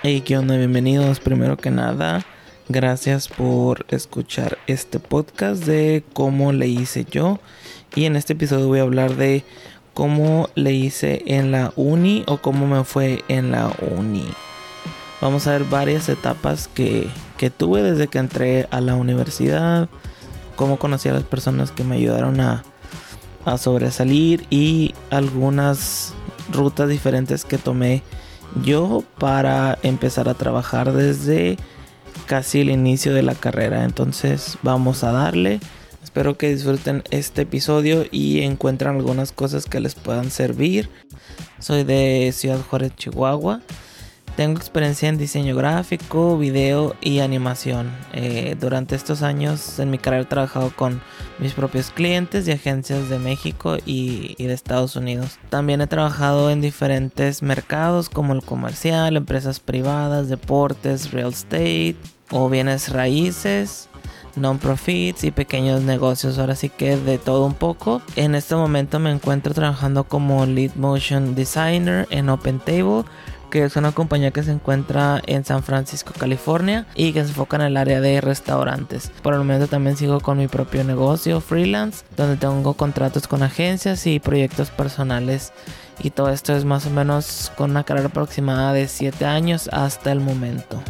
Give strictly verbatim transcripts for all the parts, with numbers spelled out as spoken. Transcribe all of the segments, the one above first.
Hey, ¿qué onda? Bienvenidos. Primero que nada, gracias por escuchar este podcast de cómo le hice yo. Y en este episodio voy a hablar de cómo le hice en la uni o cómo me fue en la uni. Vamos a ver varias etapas que, que tuve desde que entré a la universidad, cómo conocí a las personas que me ayudaron a, a sobresalir y algunas rutas diferentes que tomé yo para empezar a trabajar desde casi el inicio de la carrera. Entonces vamos a darle. Espero que disfruten este episodio y encuentren algunas cosas que les puedan servir. Soy de Ciudad Juárez, Chihuahua. Tengo experiencia en diseño gráfico, video y animación. Eh, durante estos años en mi carrera he trabajado con mis propios clientes y agencias de México y, y de Estados Unidos. También he trabajado en diferentes mercados como el comercial, empresas privadas, deportes, real estate o bienes raíces, non-profits y pequeños negocios. Ahora sí que de todo un poco. En este momento me encuentro trabajando como Lead Motion Designer en OpenTable, que es una compañía que se encuentra en San Francisco, California, y que se enfoca en el área de restaurantes. Por el momento también sigo con mi propio negocio freelance, donde tengo contratos con agencias y proyectos personales, y todo esto es más o menos con una carrera aproximada de siete años hasta el momento.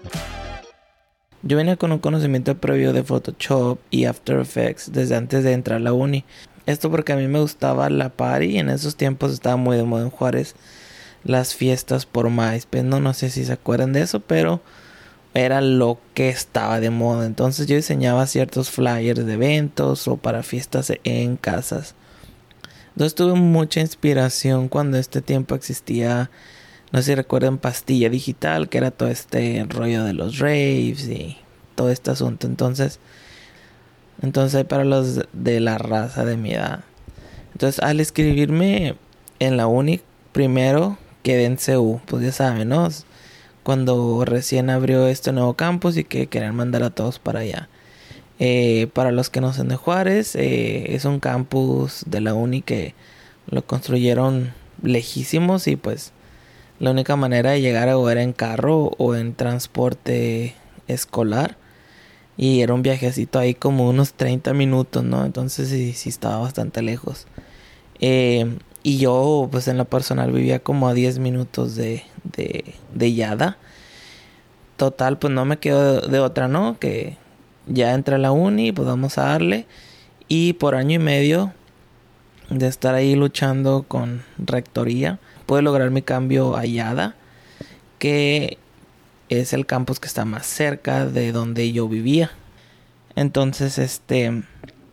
Yo venía con un conocimiento previo de Photoshop y After Effects desde antes de entrar a la uni. Esto porque a mí me gustaba la party, y en esos tiempos estaba muy de moda en Juárez las fiestas por MySpace. No, no sé si se acuerdan de eso, pero era lo que estaba de moda. Entonces yo diseñaba ciertos flyers de eventos o para fiestas en casas. Entonces tuve mucha inspiración cuando este tiempo existía. No sé si recuerdan Pastilla Digital, que era todo este rollo de los raves y todo este asunto. Entonces, entonces para los de la raza de mi edad. Entonces al escribirme en la uni, primero quedé en C U, pues ya saben, ¿no? Cuando recién abrió este nuevo campus y que querían mandar a todos para allá. Eh, para los que no son de Juárez, eh, es un campus de la uni que lo construyeron lejísimos, y pues la única manera de llegar o era en carro o en transporte escolar. Y era un viajecito ahí como unos treinta minutos, ¿no? Entonces sí, sí estaba bastante lejos. Eh... Y yo, pues en lo personal, vivía como a diez minutos de, de, de Yada. Total, pues no me quedo de, de otra, ¿no? Que ya entré a la uni, pues vamos a darle. Y por año y medio de estar ahí luchando con rectoría, pude lograr mi cambio a Yada, que es el campus que está más cerca de donde yo vivía. Entonces, este...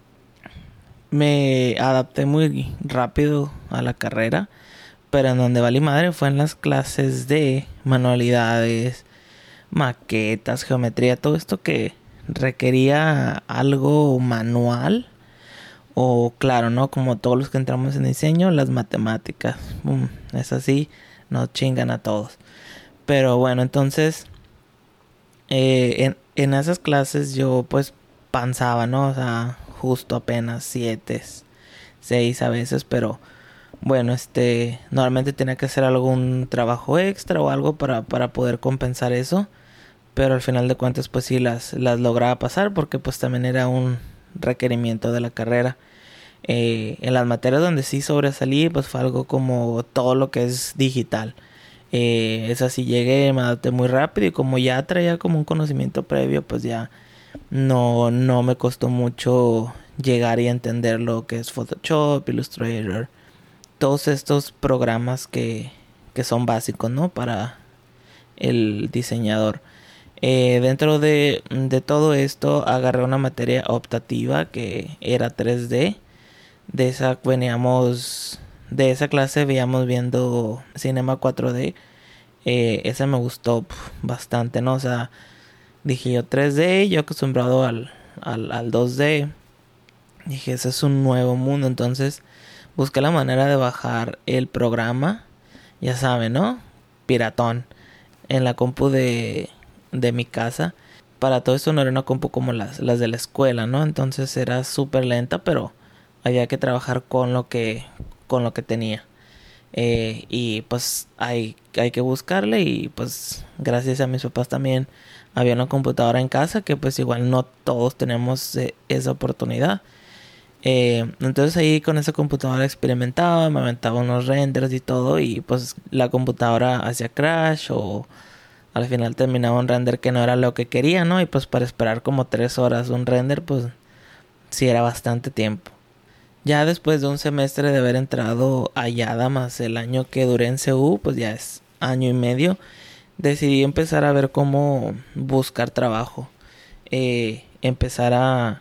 me adapté muy rápido a la carrera, pero en donde valí madre fue en las clases de manualidades, maquetas, geometría, todo esto que requería algo manual. O claro, ¿no? Como todos los que entramos en diseño, las matemáticas. Boom, es así, nos chingan a todos. Pero bueno, entonces eh, en, en esas clases yo pues panzaba, ¿no? O sea, justo apenas siete, seis a veces, pero bueno, este, normalmente tenía que hacer algún trabajo extra o algo para, para poder compensar eso, pero al final de cuentas pues sí las, las lograba pasar, porque pues también era un requerimiento de la carrera. Eh, en las materias donde sí sobresalí pues fue algo como todo lo que es digital. Eh, es así, llegué, me adapté muy rápido, y como ya traía como un conocimiento previo, pues ya No, no me costó mucho llegar y entender lo que es Photoshop, Illustrator, todos estos programas que, que son básicos, ¿no? Para el diseñador. Eh, dentro de, de todo esto agarré una materia optativa que era tres D. De esa veníamos, de esa clase veíamos viendo Cinema cuatro D. Eh, esa me gustó pf, bastante, ¿no? O sea, dije yo tres D, yo acostumbrado al, al, al dos D. Dije, ese es un nuevo mundo. Entonces busqué la manera de bajar el programa. Ya saben, ¿no? Piratón. En la compu de, de mi casa. Para todo esto no era una compu como las, las de la escuela, ¿no? Entonces era súper lenta, pero había que trabajar con lo que, con lo que tenía. Eh, y pues hay, hay que buscarle, y pues gracias a mis papás también había una computadora en casa, que pues igual no todos tenemos eh, esa oportunidad. Eh, entonces ahí con esa computadora experimentaba, me aventaba unos renders y todo, y pues la computadora hacía crash, o al final terminaba un render que no era lo que quería, ¿no? Y pues para esperar como tres horas un render, pues sí era bastante tiempo. Ya después de un semestre de haber entrado a Yada, más el año que duré en C U, pues ya es año y medio, decidí empezar a ver cómo buscar trabajo. Eh, empezar a,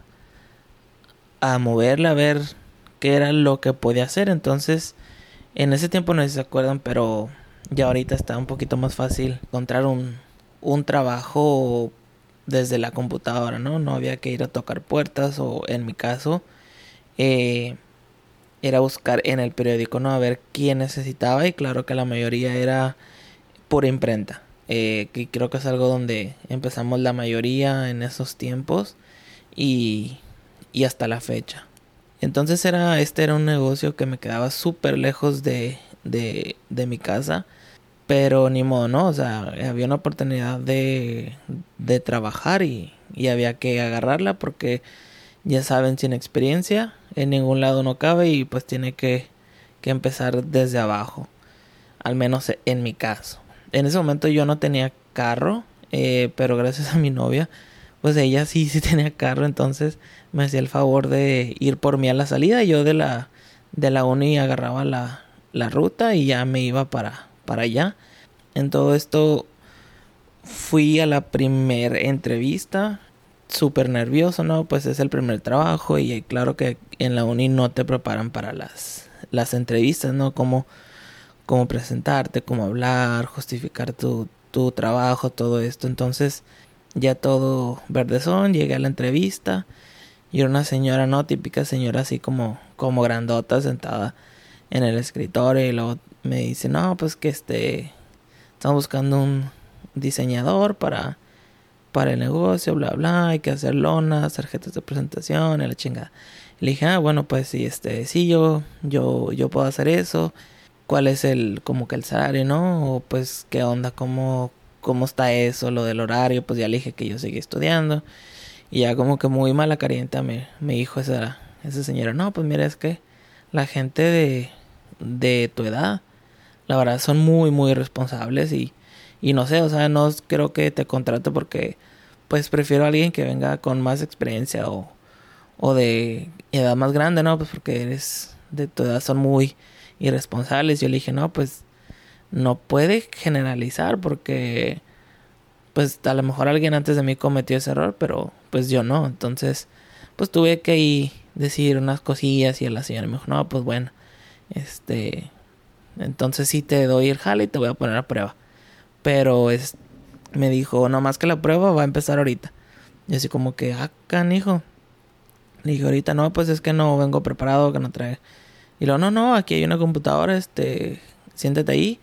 a moverla, a ver qué era lo que podía hacer. Entonces, en ese tiempo no sé si se acuerdan, pero ya ahorita está un poquito más fácil encontrar un, un trabajo desde la computadora, ¿no? No había que ir a tocar puertas, o en mi caso, eh, era buscar en el periódico, ¿no? A ver quién necesitaba, y claro que la mayoría era por imprenta. Eh, que creo que es algo donde empezamos la mayoría en esos tiempos, y, y hasta la fecha. Entonces era, este era un negocio que me quedaba súper lejos de, de, de mi casa, pero ni modo, ¿no? O sea, había una oportunidad de, de trabajar, y, y había que agarrarla, porque ya saben, sin experiencia en ningún lado no cabe, y pues tiene que, que empezar desde abajo, al menos en mi caso. En ese momento yo no tenía carro, eh, pero gracias a mi novia, pues ella sí, sí tenía carro, entonces me hacía el favor de ir por mí a la salida. Yo de la, de la uni agarraba la, la ruta y ya me iba para, para allá. En todo esto fui a la primer entrevista, súper nervioso, ¿no? Pues es el primer trabajo, y claro que en la uni no te preparan para las, las entrevistas, ¿no? Cómo, cómo presentarte, cómo hablar, justificar tu, tu trabajo, todo esto. Entonces ya todo verdezón, llegué a la entrevista y era una señora, no típica señora así como, como grandota, sentada en el escritorio, y luego me dice, no, pues que este, estamos buscando un diseñador para, para el negocio, bla bla, hay que hacer lonas, tarjetas de presentación, y la chingada. Le dije, ah, bueno, pues sí, este, sí, yo, yo, yo puedo hacer eso. ¿Cuál es el, como que el salario, no? O pues, ¿qué onda? ¿Cómo, cómo está eso? Lo del horario, pues ya le dije que yo seguía estudiando. Y ya como que muy mala carienta me, me dijo esa, esa señora, no, pues mira, es que la gente de, de tu edad, la verdad, son muy, muy responsables, y, y no sé, o sea, no creo que te contrate, porque pues prefiero a alguien que venga con más experiencia, o, o de edad más grande, ¿no? Pues porque eres de tu edad, son muy irresponsables. Yo le dije, no, pues no puede generalizar, porque pues a lo mejor alguien antes de mí cometió ese error, pero pues yo no. Entonces pues tuve que ir decir unas cosillas, y la señora me dijo, no, pues bueno, este, entonces sí te doy el jale y te voy a poner a prueba. Pero es, me dijo, no más que la prueba va a empezar ahorita. Y así como que, ah, canijo. Le dije, ahorita no, pues es que no vengo preparado, que no trae. Y luego, no, no, aquí hay una computadora, este, siéntate ahí,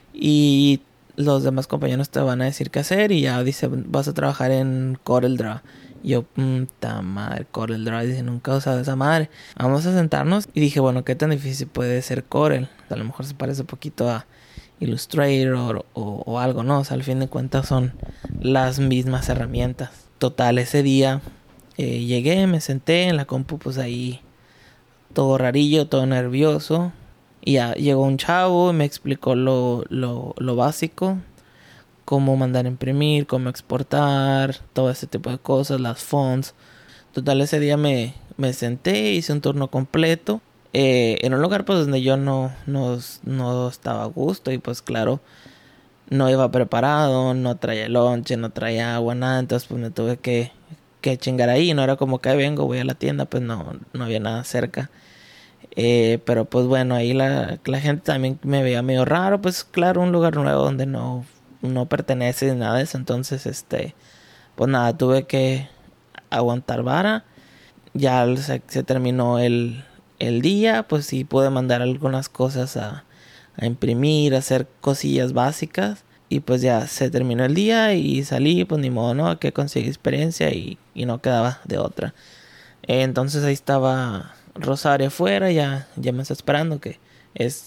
y los demás compañeros te van a decir qué hacer, y ya dice, vas a trabajar en CorelDRAW. Y yo, puta madre, CorelDRAW, dice, nunca he usado esa madre. Vamos a sentarnos, y dije, bueno, ¿qué tan difícil puede ser Corel? A lo mejor se parece un poquito a Illustrator o, o algo, ¿no? O sea, al fin de cuentas son las mismas herramientas. Total, ese día eh, llegué, me senté en la compu, pues ahí todo rarillo, todo nervioso. Y ya llegó un chavo y me explicó lo, lo, lo básico, cómo mandar a imprimir, cómo exportar, todo ese tipo de cosas, las fonts. Total, ese día me, me senté, hice un turno completo, eh, en un lugar pues donde yo no, no, no estaba a gusto, y pues claro, no iba preparado, no traía lonche, no traía agua, nada. Entonces pues me tuve que, que chingar ahí. No era como que vengo, voy a la tienda, pues no, no había nada cerca. Eh, pero pues bueno, ahí la, la gente también me veía medio raro, pues claro, un lugar nuevo donde no, no pertenece ni nada de eso. Entonces, este, pues nada, tuve que aguantar vara. Ya se, se terminó el, el día, pues sí pude mandar algunas cosas a, a imprimir, a hacer cosillas básicas. Y pues ya se terminó el día y salí, pues ni modo, ¿no? Que conseguí experiencia, y, y no quedaba de otra. Eh, entonces ahí estaba Rosario afuera, ya, ya me está esperando, que es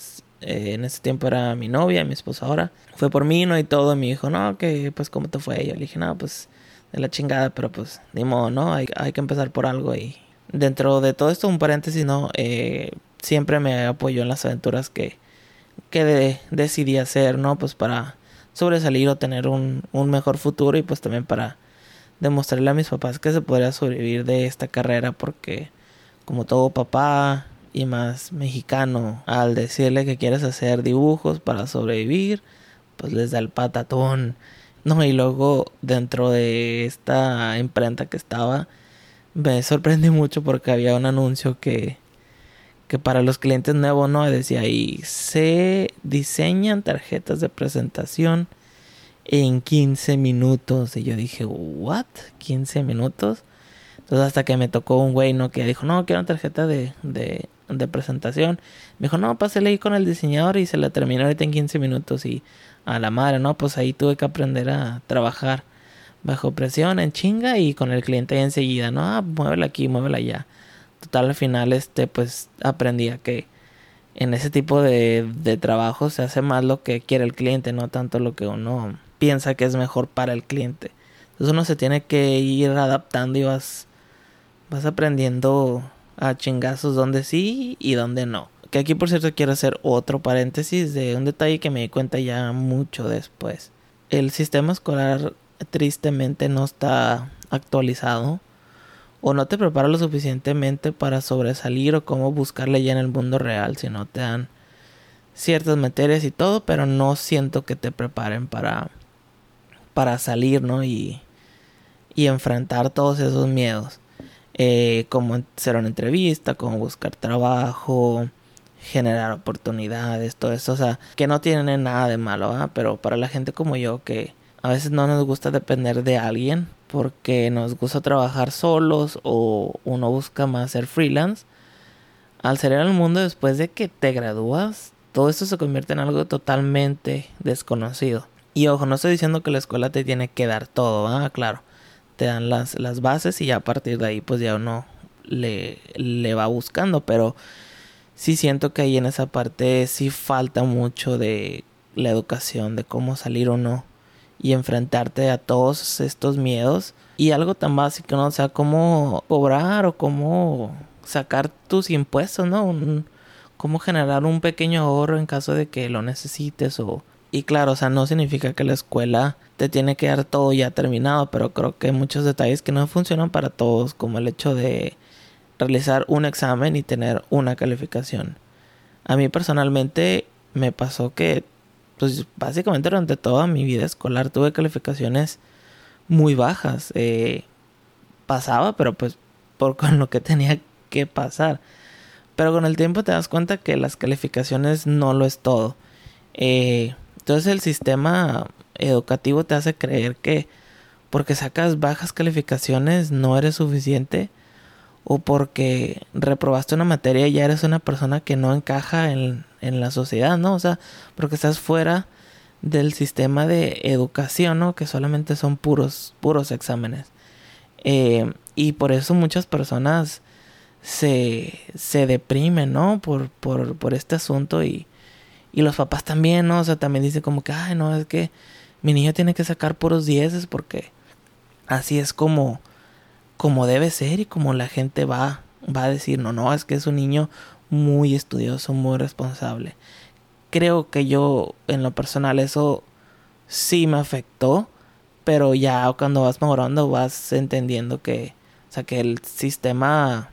eh, en ese tiempo era mi novia, mi esposa ahora, fue por mí, ¿no? Y todo, y me dijo, no, que pues cómo te fue. Y yo le dije, no, pues de la chingada, pero pues ni modo, ¿no? Hay, hay que empezar por algo. Y dentro de todo esto, un paréntesis, ¿no? Eh, siempre me apoyó en las aventuras que, que de, decidí hacer, ¿no? Pues para sobresalir o tener un, un mejor futuro, y pues también para demostrarle a mis papás que se podría sobrevivir de esta carrera, porque como todo papá y más mexicano, al decirle que quieres hacer dibujos para sobrevivir, pues les da el patatón. No, y luego dentro de esta imprenta que estaba, me sorprendí mucho porque había un anuncio que, que para los clientes nuevos, ¿no? Decía ahí, se diseñan tarjetas de presentación en quince minutos. Y yo dije, ¿what? ¿quince minutos? Entonces hasta que me tocó un güey, ¿no? Que dijo, no, quiero una tarjeta de, de, de presentación. Me dijo, no, pásale ahí con el diseñador y se la terminó ahorita en quince minutos. Y a la madre, ¿no? Pues ahí tuve que aprender a trabajar bajo presión, en chinga, y con el cliente ahí enseguida, ¿no? Ah, muévela aquí, muévela allá. Total, al final, este, pues aprendí a que en ese tipo de, de trabajo se hace más lo que quiere el cliente, no tanto lo que uno piensa que es mejor para el cliente. Entonces uno se tiene que ir adaptando y vas, vas aprendiendo a chingazos donde sí y donde no. Que aquí, por cierto, quiero hacer otro paréntesis de un detalle que me di cuenta ya mucho después. El sistema escolar tristemente no está actualizado o no te prepara lo suficientemente para sobresalir o cómo buscarle ya en el mundo real, si no te dan ciertas materias y todo, pero no siento que te preparen para, para salir, ¿no? Y, y enfrentar todos esos miedos. Eh, como hacer una entrevista, cómo buscar trabajo, generar oportunidades, todo eso, o sea, que no tiene nada de malo, ¿eh? Pero para la gente como yo, que a veces no nos gusta depender de alguien porque nos gusta trabajar solos o uno busca más ser freelance, al salir al mundo después de que te gradúas, todo esto se convierte en algo totalmente desconocido. Y ojo, no estoy diciendo que la escuela te tiene que dar todo, ¿ah? Claro, te dan las, las bases y ya a partir de ahí pues ya uno le, le va buscando, pero sí siento que ahí en esa parte sí falta mucho de la educación, de cómo salir o no y enfrentarte a todos estos miedos. Y algo tan básico, ¿no? O sea, cómo cobrar o cómo sacar tus impuestos, ¿no? Un, cómo generar un pequeño ahorro en caso de que lo necesites. O y claro, o sea, no significa que la escuela te tiene que dar todo ya terminado, pero creo que hay muchos detalles que no funcionan para todos, como el hecho de realizar un examen y tener una calificación. A mí personalmente me pasó que pues básicamente durante toda mi vida escolar tuve calificaciones muy bajas. Eh, pasaba, pero pues por con lo que tenía que pasar. Pero con el tiempo te das cuenta que las calificaciones no lo es todo. Eh, entonces el sistema educativo te hace creer que porque sacas bajas calificaciones no eres suficiente, o porque reprobaste una materia ya eres una persona que no encaja en, en la sociedad, ¿no? O sea, porque estás fuera del sistema de educación, ¿no? Que solamente son puros, puros exámenes. Eh, y por eso muchas personas se, se deprimen, ¿no? Por, por, por este asunto, y, y los papás también, ¿no? O sea, también dicen como que, ay, no, es que mi niño tiene que sacar puros dieces porque así es como... como debe ser y como la gente va, va a decir, no, no, es que es un niño muy estudioso, muy responsable. Creo que yo, en lo personal, eso sí me afectó, pero ya cuando vas mejorando vas entendiendo que, o sea, que el sistema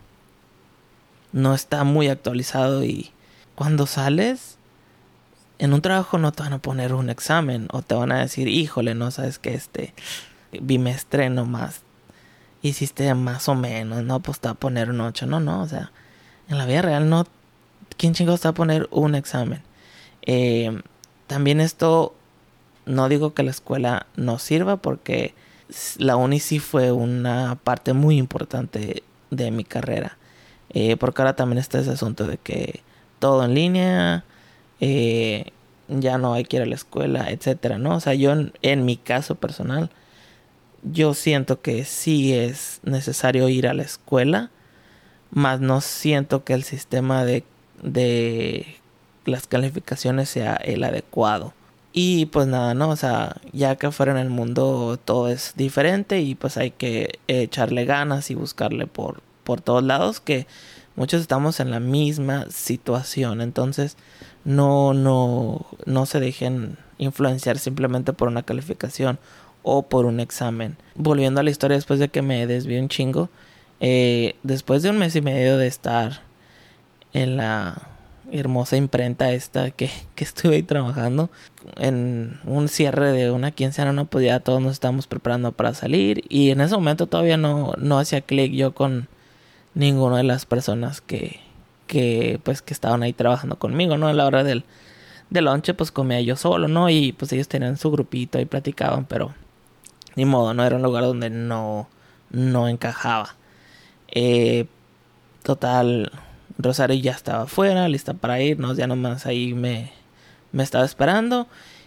no está muy actualizado, y cuando sales en un trabajo no te van a poner un examen o te van a decir, híjole, no sabes que este bimestre nomás hiciste más o menos, no, pues te va a poner un ocho, no, no, o sea, en la vida real no, ¿quién chingados te va a poner un examen? Eh, también esto, no digo que la escuela no sirva, porque la uni sí fue una parte muy importante de mi carrera, eh, porque ahora también está ese asunto de que todo en línea, eh, ya no hay que ir a la escuela, etcétera, ¿no? O sea, yo en, en mi caso personal, yo siento que sí es necesario ir a la escuela, más no siento que el sistema de, de las calificaciones sea el adecuado. Y pues nada, ¿no? O sea, ya que afuera en el mundo todo es diferente y pues hay que echarle ganas y buscarle por, por todos lados, que muchos estamos en la misma situación. Entonces no, no, no se dejen influenciar simplemente por una calificación o por un examen. Volviendo a la historia, después de que me desvié un chingo, eh, después de un mes y medio de estar en la hermosa imprenta esta que, que estuve ahí trabajando, en un cierre de una quincena, no podía, todos nos estábamos preparando para salir, y en ese momento todavía no, no hacía clic yo con ninguna de las personas que, que pues que estaban ahí trabajando conmigo, ¿no? A la hora del, del lonche pues comía yo solo, ¿no? Y pues ellos tenían su grupito y platicaban, pero ni modo, no era un lugar donde no, no encajaba. Eh, total, Rosario ya estaba afuera, lista para irnos, ya nomás ahí me, me estaba esperando.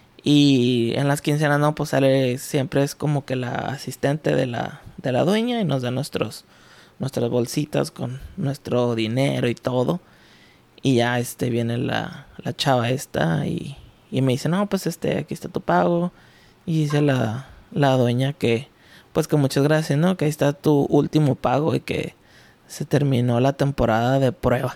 Y en las quincenas, no, pues sale, siempre es como que la asistente de la, de la dueña y nos da nuestros, nuestras bolsitas con nuestro dinero y todo. Y ya este viene la, la chava esta y, y me dice, no, pues este, aquí está tu pago. Y dice la, la dueña que, pues que muchas gracias, ¿no? Que ahí está tu último pago y que se terminó la temporada de prueba.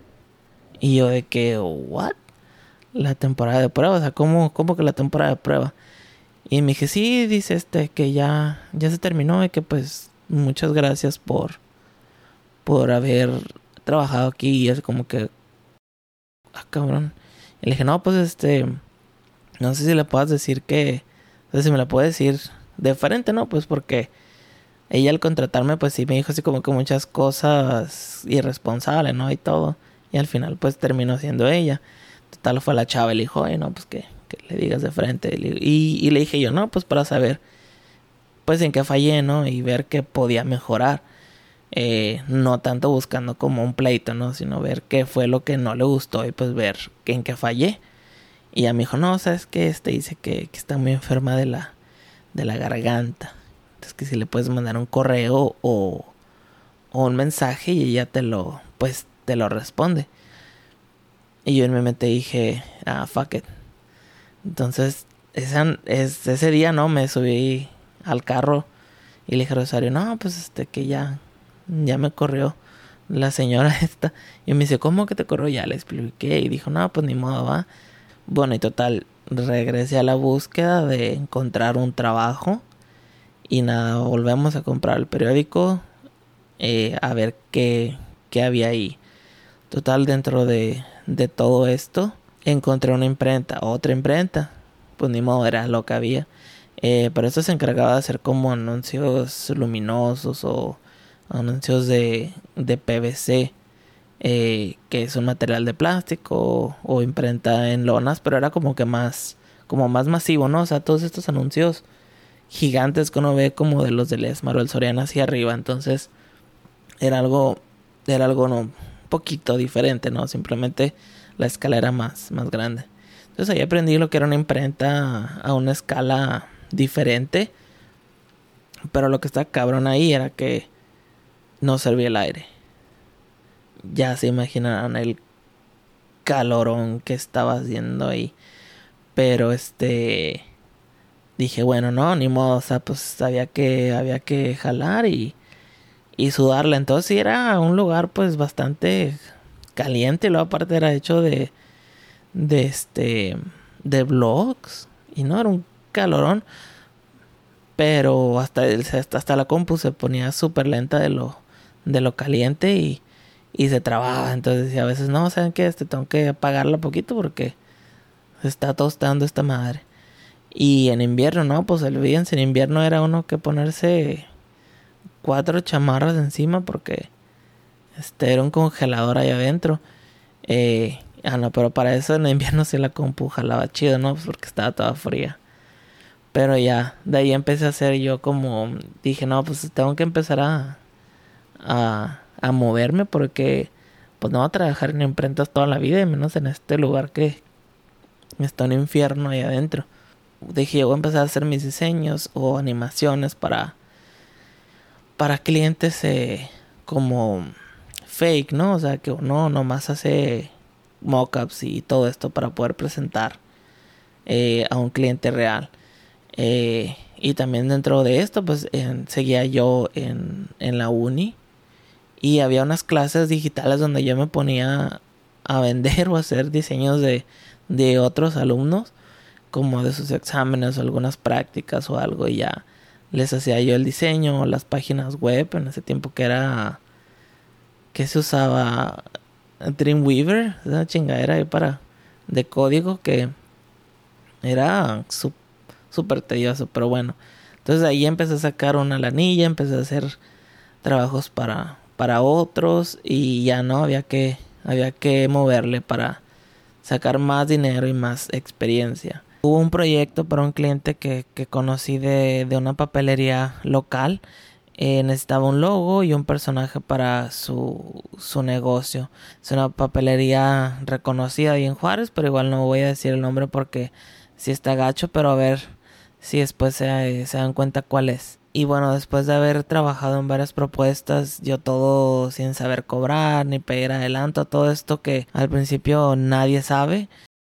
Y yo de que, ¿what? La temporada de prueba, o sea, ¿cómo, cómo que la temporada de prueba? Y me dije, sí, dice este, que ya, ya se terminó y que pues muchas gracias por, por haber trabajado aquí. Y es como que, ah, cabrón. Y le dije, no, pues este, no sé si le puedas decir que, no sé si me la puede decir de frente, ¿no? Pues porque ella al contratarme, pues sí me dijo así como que muchas cosas irresponsables, ¿no? Y todo. Y al final, pues terminó siendo ella. Total, fue la chava y le dijo, oye, no, pues que, que le digas de frente. Y, y le dije yo, no, pues para saber, pues en qué fallé, ¿no? Y ver qué podía mejorar. Eh, no tanto buscando como un pleito, ¿no? Sino ver qué fue lo que no le gustó y pues ver en qué fallé. Y ella me dijo, no, ¿sabes qué? Este dice que, que está muy enferma de la, de la garganta. Entonces que si le puedes mandar un correo o, o un mensaje y ella te lo, pues te lo responde. Y yo en mi mente dije, ah, fuck it. Entonces, esa, es, ese día, ¿no? Me subí al carro y le dije a Rosario, no, pues este, que ya, ya me corrió la señora esta. Y me dice, ¿cómo que te corrió? Ya le expliqué y dijo, no, pues ni modo, va. Bueno, y total, regresé a la búsqueda de encontrar un trabajo. Y nada, volvemos a comprar el periódico, eh, a ver qué, qué había ahí. Total, dentro de, de todo esto, encontré una imprenta, otra imprenta. Pues ni modo, era lo que había. Eh, pero esto se encargaba de hacer como anuncios luminosos o anuncios de, de P V C, eh, que es un material de plástico, o, o imprenta en lonas, pero era como que más, como más masivo, ¿no? O sea, todos estos anuncios gigantes que uno ve como de los del Esmar o el Soriana hacia arriba. Entonces era algo, era algo no, un poquito diferente, ¿no? Simplemente la escala era más, más grande. Entonces ahí aprendí lo que era una imprenta a una escala diferente. Pero lo que está cabrón ahí era que no servía el aire. Ya se imaginarán el calorón que estaba haciendo ahí. Pero este... dije, bueno, no, ni modo, o sea, pues había que, había que jalar y, y sudarle. Entonces sí era un lugar pues bastante caliente. Y luego aparte era hecho de, de este, de blocks. Y no, era un calorón. Pero hasta, el, hasta, hasta la compu se ponía súper lenta de lo, de lo caliente y, y se trababa. Entonces decía a veces, no, ¿saben qué? Este, tengo que apagarla poquito porque se está tostando esta madre. Y en invierno, no, pues olvídense, en invierno era uno que ponerse cuatro chamarras encima porque este era un congelador ahí adentro. Eh, ah, no, pero para eso en invierno sí la compu jalaba chido, ¿no? Pues porque estaba toda fría. Pero ya, de ahí empecé a hacer yo como... dije, no, pues tengo que empezar a... A, a moverme porque... pues no voy a trabajar en imprentas toda la vida. Y menos en este lugar que... está un infierno ahí adentro. Dije, yo voy a empezar a hacer mis diseños o animaciones para... para clientes eh, como... fake, ¿no? O sea, que uno nomás hace... mockups y todo esto para poder presentar eh, a un cliente real. Eh, y también dentro de esto pues en, seguía yo en, en la uni y había unas clases digitales donde yo me ponía a vender o a hacer diseños de, de otros alumnos, como de sus exámenes o algunas prácticas o algo, y ya les hacía yo el diseño o las páginas web. En ese tiempo que era que se usaba Dreamweaver, esa chingadera ahí para de código que era súper tedioso, pero bueno. Entonces ahí empecé a sacar una lanilla, empecé a hacer trabajos para, para otros y ya no, había que, había que moverle para sacar más dinero y más experiencia. Hubo un proyecto para un cliente que, que conocí de, de una papelería local. Eh, necesitaba un logo y un personaje para su, su negocio. Es una papelería reconocida ahí en Juárez, pero igual no voy a decir el nombre porque sí está gacho, pero a ver si después se, se dan cuenta cuál es. Y bueno, después de haber trabajado en varias propuestas, yo todo sin saber cobrar ni pedir adelanto, todo esto que al principio nadie sabe,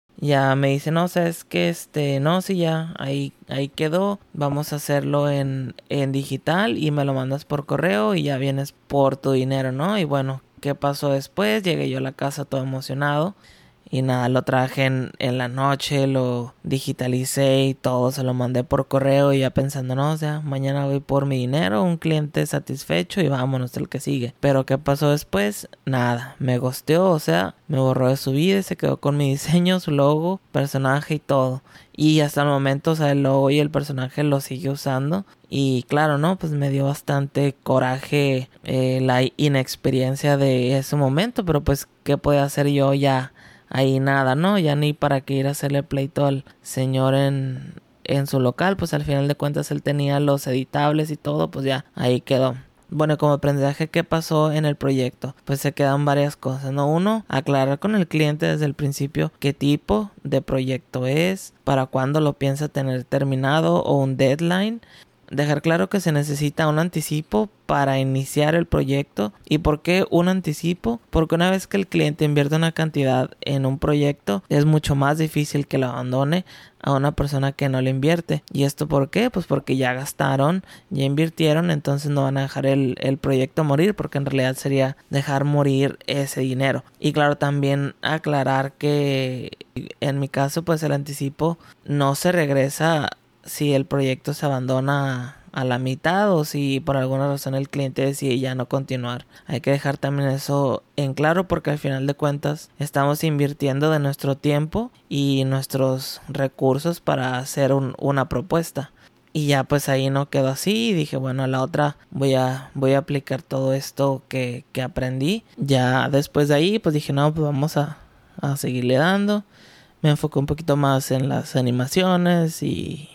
ya me dice, no, sabes que este, no, sí, ya, ahí, ahí quedó, vamos a hacerlo en, en digital y me lo mandas por correo y ya vienes por tu dinero, ¿no? Y bueno, ¿qué pasó después? Llegué yo a la casa todo emocionado. Y nada, lo traje en, en la noche, lo digitalicé y todo, se lo mandé por correo y ya pensando, no, o sea, mañana voy por mi dinero, un cliente satisfecho y vámonos el que sigue. Pero ¿qué pasó después? Nada, me ghosteó, o sea, me borró de su vida y se quedó con mi diseño, su logo, personaje y todo. Y hasta el momento, o sea, el logo y el personaje lo sigue usando. Y claro, ¿no? Pues me dio bastante coraje eh, la inexperiencia de ese momento, pero pues, ¿qué puede hacer yo ya? Ahí nada, ¿no? Ya ni para qué ir a hacerle pleito al señor en, en su local. Pues al final de cuentas él tenía los editables y todo, pues ya ahí quedó. Bueno, como aprendizaje, ¿qué pasó en el proyecto? Pues se quedan varias cosas, ¿no? Uno, aclarar con el cliente desde el principio qué tipo de proyecto es, para cuándo lo piensa tener terminado o un deadline. Dejar claro que se necesita un anticipo para iniciar el proyecto. ¿Y por qué un anticipo? Porque una vez que el cliente invierte una cantidad en un proyecto, es mucho más difícil que lo abandone a una persona que no le invierte. ¿Y esto por qué? Pues porque ya gastaron, ya invirtieron, entonces no van a dejar el, el proyecto morir, porque en realidad sería dejar morir ese dinero. Y claro, también aclarar que en mi caso, pues el anticipo no se regresa si el proyecto se abandona a la mitad o si por alguna razón el cliente decide ya no continuar. Hay que dejar también eso en claro, porque al final de cuentas estamos invirtiendo de nuestro tiempo y nuestros recursos para hacer un, una propuesta. Y ya pues ahí no quedó así y dije, bueno, a la otra voy a, voy a aplicar todo esto que, que aprendí. Ya después de ahí pues dije, no, pues vamos a, a seguirle dando. Me enfoqué un poquito más en las animaciones y...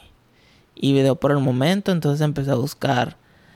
y video por el momento. Entonces empecé a buscar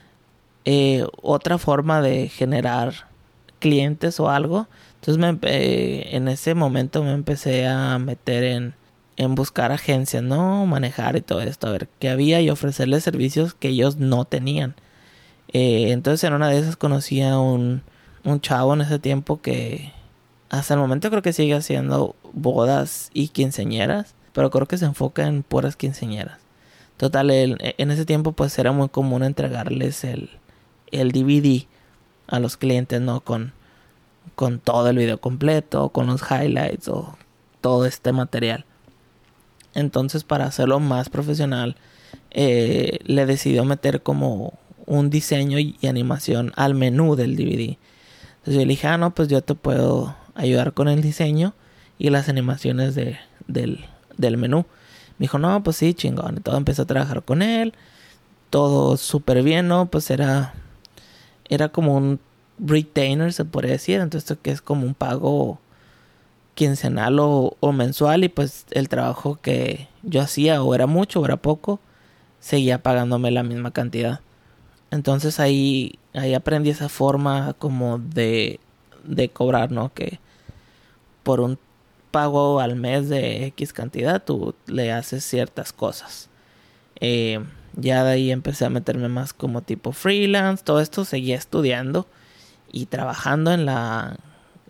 eh, otra forma de generar clientes o algo. Entonces me, eh, en ese momento me empecé a meter en, en buscar agencias, ¿no? Manejar y todo esto, a ver qué había y ofrecerles servicios que ellos no tenían. Eh, entonces en una de esas conocí a un, un chavo en ese tiempo que hasta el momento creo que sigue haciendo bodas y quinceañeras, pero creo que se enfoca en puras quinceañeras. Total, el, en ese tiempo pues era muy común entregarles el, el D V D a los clientes, ¿no? Con, con todo el video completo, con los highlights o todo este material. Entonces, para hacerlo más profesional, eh, le decidió meter como un diseño y animación al menú del D V D. Entonces yo le dije, ah, no, pues yo te puedo ayudar con el diseño y las animaciones de, del, del menú. Me dijo, no, pues sí, chingón. Y todo, empecé a trabajar con él. Todo súper bien, ¿no? Pues era... Era como un retainer, se podría decir. Entonces, esto que es como un pago quincenal o, o mensual. Y pues el trabajo que yo hacía, o era mucho o era poco, seguía pagándome la misma cantidad. Entonces ahí, ahí aprendí esa forma como de, de cobrar, ¿no? Que por un pago al mes de X cantidad, tú le haces ciertas cosas. Eh, ya de ahí empecé a meterme más como tipo freelance. Todo esto seguía estudiando y trabajando en la,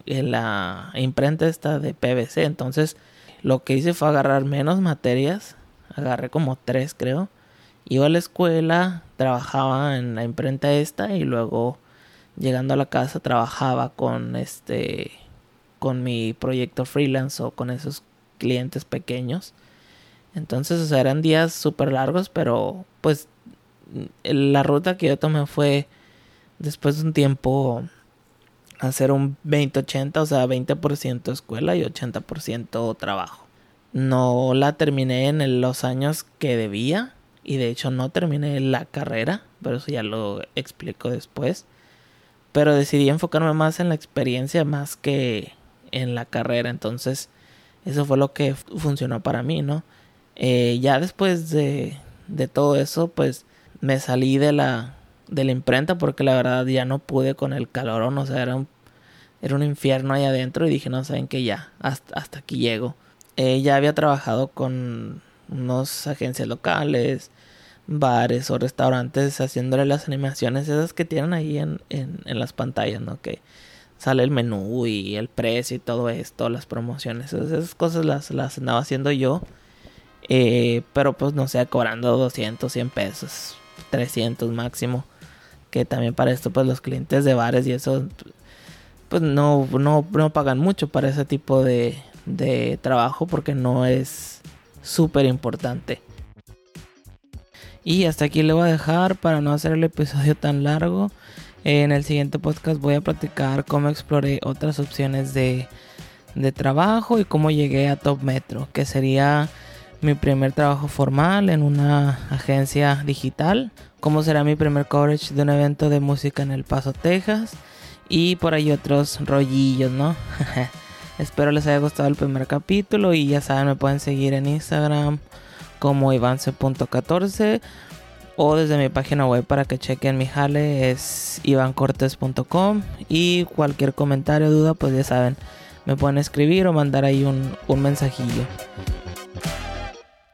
en la imprenta esta de P V C. Entonces lo que hice fue agarrar menos materias. Agarré como tres, creo. Iba a la escuela, trabajaba en la imprenta esta y luego llegando a la casa trabajaba con este con mi proyecto freelance o con esos clientes pequeños. Entonces, o sea, eran días súper largos, pero pues la ruta que yo tomé fue después de un tiempo hacer un veinte ochenta, o sea, veinte por ciento escuela y ochenta por ciento trabajo. No la terminé en los años que debía y de hecho no terminé la carrera, pero eso ya lo explico después. Pero decidí enfocarme más en la experiencia más que en la carrera, entonces eso fue lo que funcionó para mí, ¿no? Eh, ya después de, de todo eso, pues me salí de la, de la imprenta porque la verdad ya no pude con el calorón, o sea, era un, era un infierno ahí adentro y dije, no, saben que ya, hasta, hasta aquí llego. Eh, ya había trabajado con unas agencias locales, bares o restaurantes haciéndole las animaciones esas que tienen ahí en, en, en las pantallas, ¿no? Que sale el menú y el precio y todo esto, las promociones, esas cosas las, las andaba haciendo yo. Eh, pero pues no sé, cobrando doscientos, cien pesos, trescientos máximo. Que también para esto pues los clientes de bares y eso pues no, no, no pagan mucho para ese tipo de, de trabajo porque no es súper importante. Y hasta aquí le voy a dejar para no hacer el episodio tan largo. En el siguiente podcast voy a platicar cómo exploré otras opciones de, de trabajo y cómo llegué a Top Metro, que sería mi primer trabajo formal en una agencia digital, cómo será mi primer coverage de un evento de música en El Paso, Texas, y por ahí otros rollillos, ¿no? Espero les haya gustado el primer capítulo y ya saben, me pueden seguir en Instagram como ivance punto catorce o desde mi página web para que chequen mi jale, es ivan cortes punto com, y cualquier comentario o duda pues ya saben, me pueden escribir o mandar ahí un, un mensajillo.